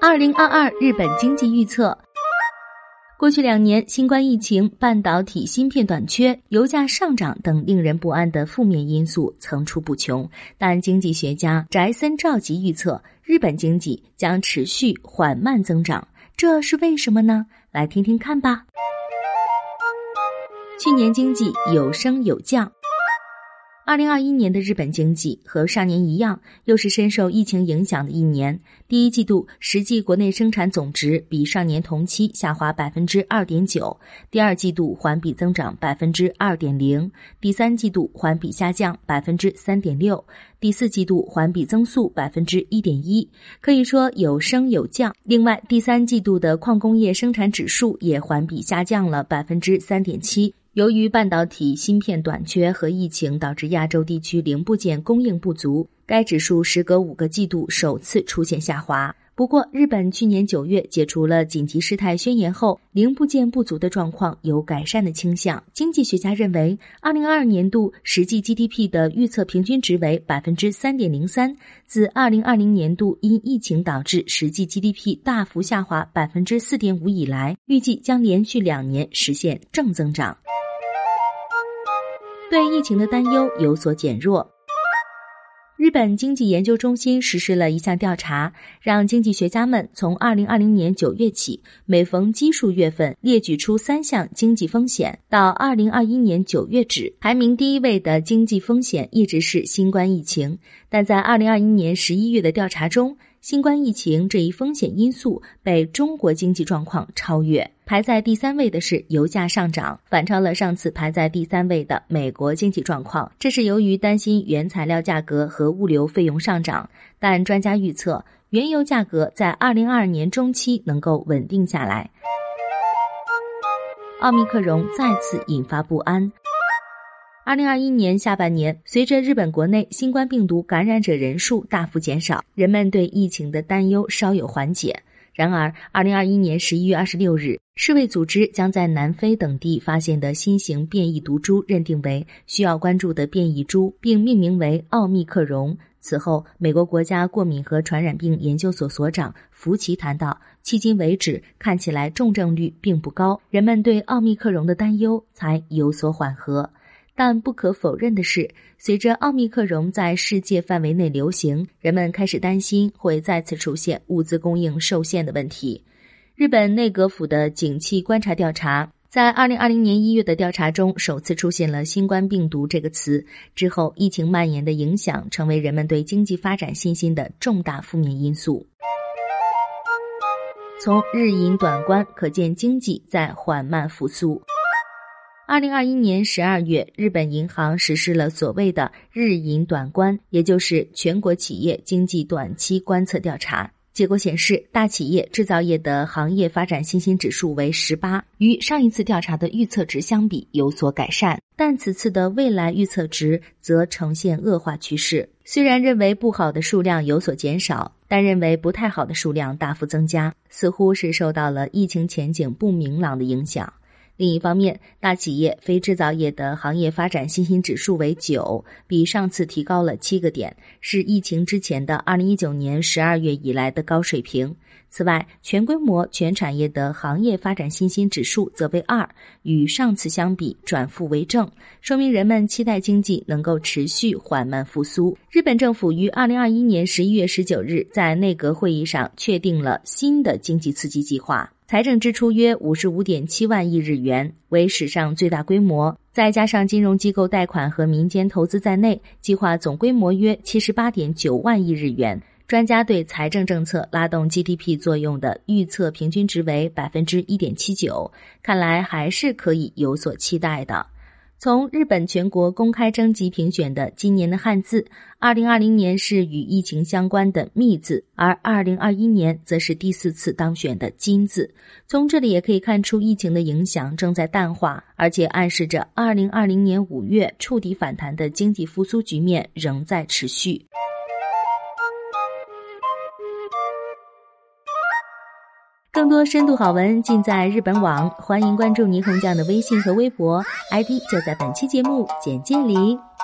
2022日本经济预测。过去2年，新冠疫情、半导体芯片短缺、油价上涨等令人不安的负面因素层出不穷，但经济学家翟森召集预测，日本经济将持续缓慢增长，这是为什么呢？来听听看吧。去年经济有升有降。2021年的日本经济和上年一样，又是深受疫情影响的一年。第一季度实际国内生产总值比上年同期下滑 2.9%， 第二季度环比增长 2.0%， 第三季度环比下降 3.6%， 第四季度环比增速 1.1%， 可以说有升有降。另外，第三季度的矿工业生产指数也环比下降了 3.7%。由于半导体芯片短缺和疫情导致亚洲地区零部件供应不足，该指数时隔5个季度首次出现下滑。不过，日本去年9月解除了紧急事态宣言后，零部件不足的状况有改善的倾向。经济学家认为，2022年度实际 GDP 的预测平均值为 3.03%， 自2020年度因疫情导致实际 GDP 大幅下滑 4.5% 以来，预计将连续2年实现正增长。对疫情的担忧有所减弱。日本经济研究中心实施了一项调查，让经济学家们从2020年9月起，每逢奇数月份列举出3项经济风险，到2021年9月止，排名第1位的经济风险一直是新冠疫情，但在2021年11月的调查中，新冠疫情这一风险因素被中国经济状况超越。排在第3位的是油价上涨，反超了上次排在第3位的美国经济状况。这是由于担心原材料价格和物流费用上涨，但专家预测原油价格在2022年中期能够稳定下来。奥密克戎再次引发不安。2021年下半年，随着日本国内新冠病毒感染者人数大幅减少，人们对疫情的担忧稍有缓解。然而，2021年11月26日，世卫组织将在南非等地发现的新型变异毒株认定为需要关注的变异株，并命名为奥密克戎。此后，美国国家过敏和传染病研究所所长福奇谈到，迄今为止看起来重症率并不高，人们对奥密克戎的担忧才有所缓和。但不可否认的是，随着奥密克戎在世界范围内流行，人们开始担心会再次出现物资供应受限的问题。日本内阁府的景气观察调查，在2020年1月的调查中首次出现了新冠病毒这个词，之后疫情蔓延的影响成为人们对经济发展信心的重大负面因素。从日银短观可见经济在缓慢复苏。2021年12月，日本银行实施了所谓的日银短观，也就是全国企业经济短期观测调查。结果显示，大企业制造业的行业发展信心指数为18，与上一次调查的预测值相比有所改善，但此次的未来预测值则呈现恶化趋势。虽然认为不好的数量有所减少，但认为不太好的数量大幅增加，似乎是受到了疫情前景不明朗的影响。另一方面，大企业非制造业的行业发展信心指数为9，比上次提高了7个点，是疫情之前的2019年12月以来的高水平。此外，全规模全产业的行业发展信心指数则为2，与上次相比转负为正，说明人们期待经济能够持续缓慢复苏。日本政府于2021年11月19日在内阁会议上确定了新的经济刺激计划，财政支出约 55.7 万亿日元，为史上最大规模，再加上金融机构贷款和民间投资在内，计划总规模约 78.9 万亿日元。专家对财政政策拉动 GDP 作用的预测平均值为 1.79%， 看来还是可以有所期待的。从日本全国公开征集评选的今年的汉字，2020年是与疫情相关的密字，而2021年则是第4次当选的金字。从这里也可以看出疫情的影响正在淡化，而且暗示着2020年5月触底反弹的经济复苏局面仍在持续。更多深度好文尽在日本网，欢迎关注霓虹酱的微信和微博 ，ID 就在本期节目简介里。